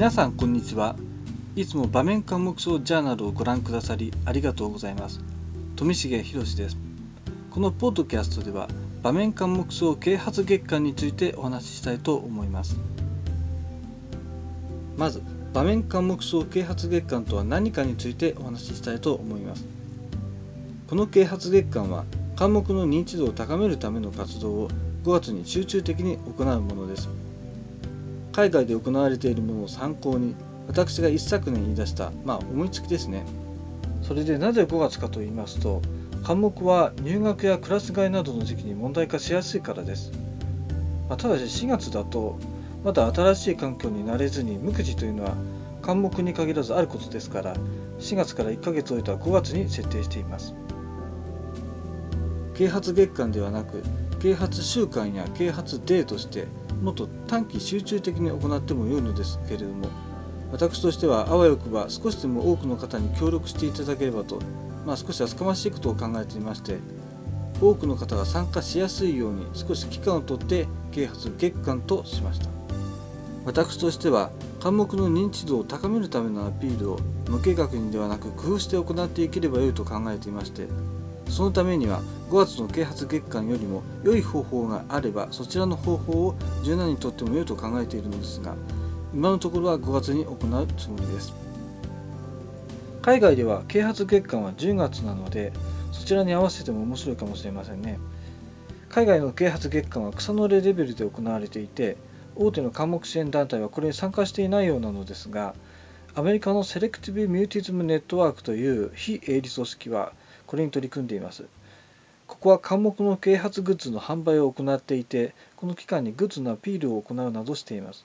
皆さんこんにちは。いつも場面科目書ジャーナルをご覧くださりありがとうございます。富重博です。このポッドキャストでは場面科目書啓発月間についてお話ししたいと思います。まず場面科目書啓発月間とは何かについてお話ししたいと思います。この啓発月間は科目の認知度を高めるための活動を5月に集中的に行うものです。海外で行われているものを参考に私が一昨年言い出した思いつきですね。それでなぜ5月かと言いますと、科目は入学やクラス替えなどの時期に問題化しやすいからです。ただし4月だとまだ新しい環境に慣れずに無口というのは科目に限らずあることですから、4月から1ヶ月置いた5月に設定しています。啓発月間ではなく啓発週間や啓発デーとしてもっと短期集中的に行っても良いのですけれども、私としてはあわよくば少しでも多くの方に協力していただければと、少し厚かましいことを考えていまして、多くの方が参加しやすいように少し期間をとって啓発月間としました。私としては科目の認知度を高めるためのアピールを無計画にではなく工夫して行っていければよいと考えていまして、そのためには5月の啓発月間よりも良い方法があればそちらの方法を柔軟にとっても良いと考えているのですが、今のところは5月に行うつもりです。海外では啓発月間は10月なので、そちらに合わせても面白いかもしれませんね。海外の啓発月間は草の根レベルで行われていて、大手の科目支援団体はこれに参加していないようなのですが、アメリカのセレクティブミューティズムネットワークという非営利組織はこれに取り組んでいます。ここは科目の啓発グッズの販売を行っていて、この期間にグッズのアピールを行うなどしています。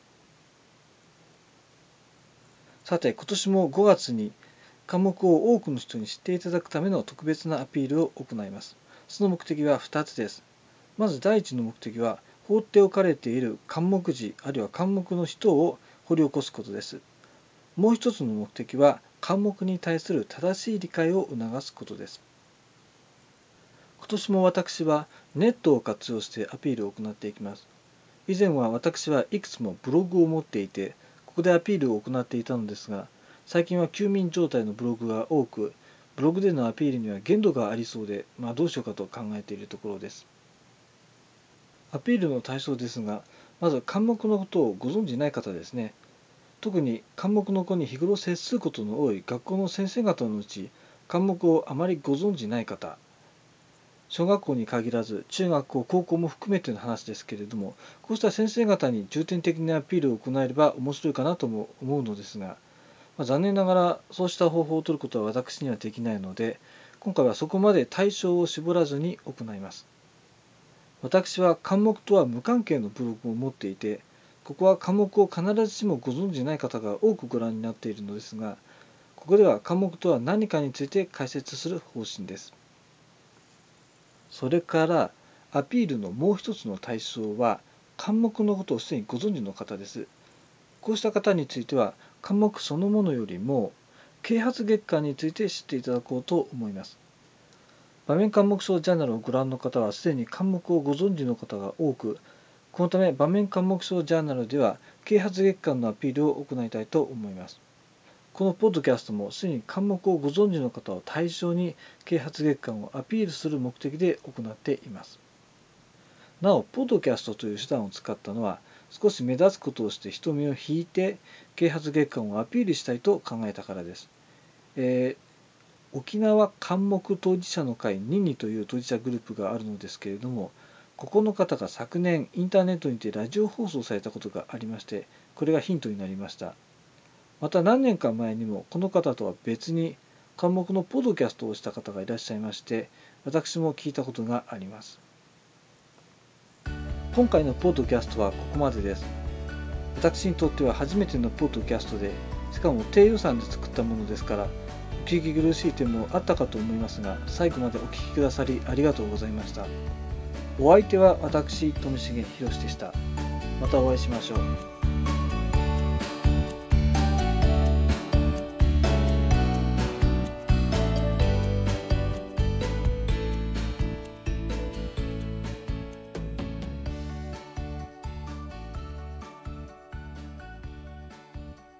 さて、今年も5月に科目を多くの人に知っていただくための特別なアピールを行います。その目的は2つです。まず第一の目的は、放っておかれている科目児あるいは科目の人を掘り起こすことです。もう一つの目的は、科目に対する正しい理解を促すことです。今年も私はネットを活用してアピールを行っていきます。以前は私はいくつもブログを持っていて、ここでアピールを行っていたのですが、最近は休眠状態のブログが多く、ブログでのアピールには限度がありそうで、どうしようかと考えているところです。アピールの対象ですが、まず科目のことをご存じない方ですね。特に科目の子に日頃接することの多い学校の先生方のうち、科目をあまりご存じない方、小学校に限らず中学校、高校も含めての話ですけれども、こうした先生方に重点的なアピールを行えれば面白いかなとも思うのですが、残念ながらそうした方法を取ることは私にはできないので、今回はそこまで対象を絞らずに行います。私は科目とは無関係のブログを持っていて、ここは科目を必ずしもご存じない方が多くご覧になっているのですが、ここでは科目とは何かについて解説する方針です。それからアピールのもう一つの対象は、科目のことをすでにご存知の方です。こうした方については科目そのものよりも啓発月間について知っていただこうと思います。場面科目書ジャーナルをご覧の方はすでに科目をご存知の方が多く、このため場面科目書ジャーナルでは啓発月間のアピールを行いたいと思います。このポッドキャストもすでに科目をご存知の方を対象に啓発月間をアピールする目的で行っています。なお、ポッドキャストという手段を使ったのは少し目立つことをして人目を引いて啓発月間をアピールしたいと考えたからです。沖縄科目当事者の会ニニという当事者グループがあるのですけれども、ここの方が昨年インターネットにてラジオ放送されたことがありまして、これがヒントになりました。また何年か前にもこの方とは別に科目のポッドキャストをした方がいらっしゃいまして、私も聞いたことがあります。今回のポッドキャストはここまでです。私にとっては初めてのポッドキャストで、しかも低予算で作ったものですから、お聞き苦しい点もあったかと思いますが、最後までお聞きくださりありがとうございました。お相手は私、富重博でした。またお会いしましょう。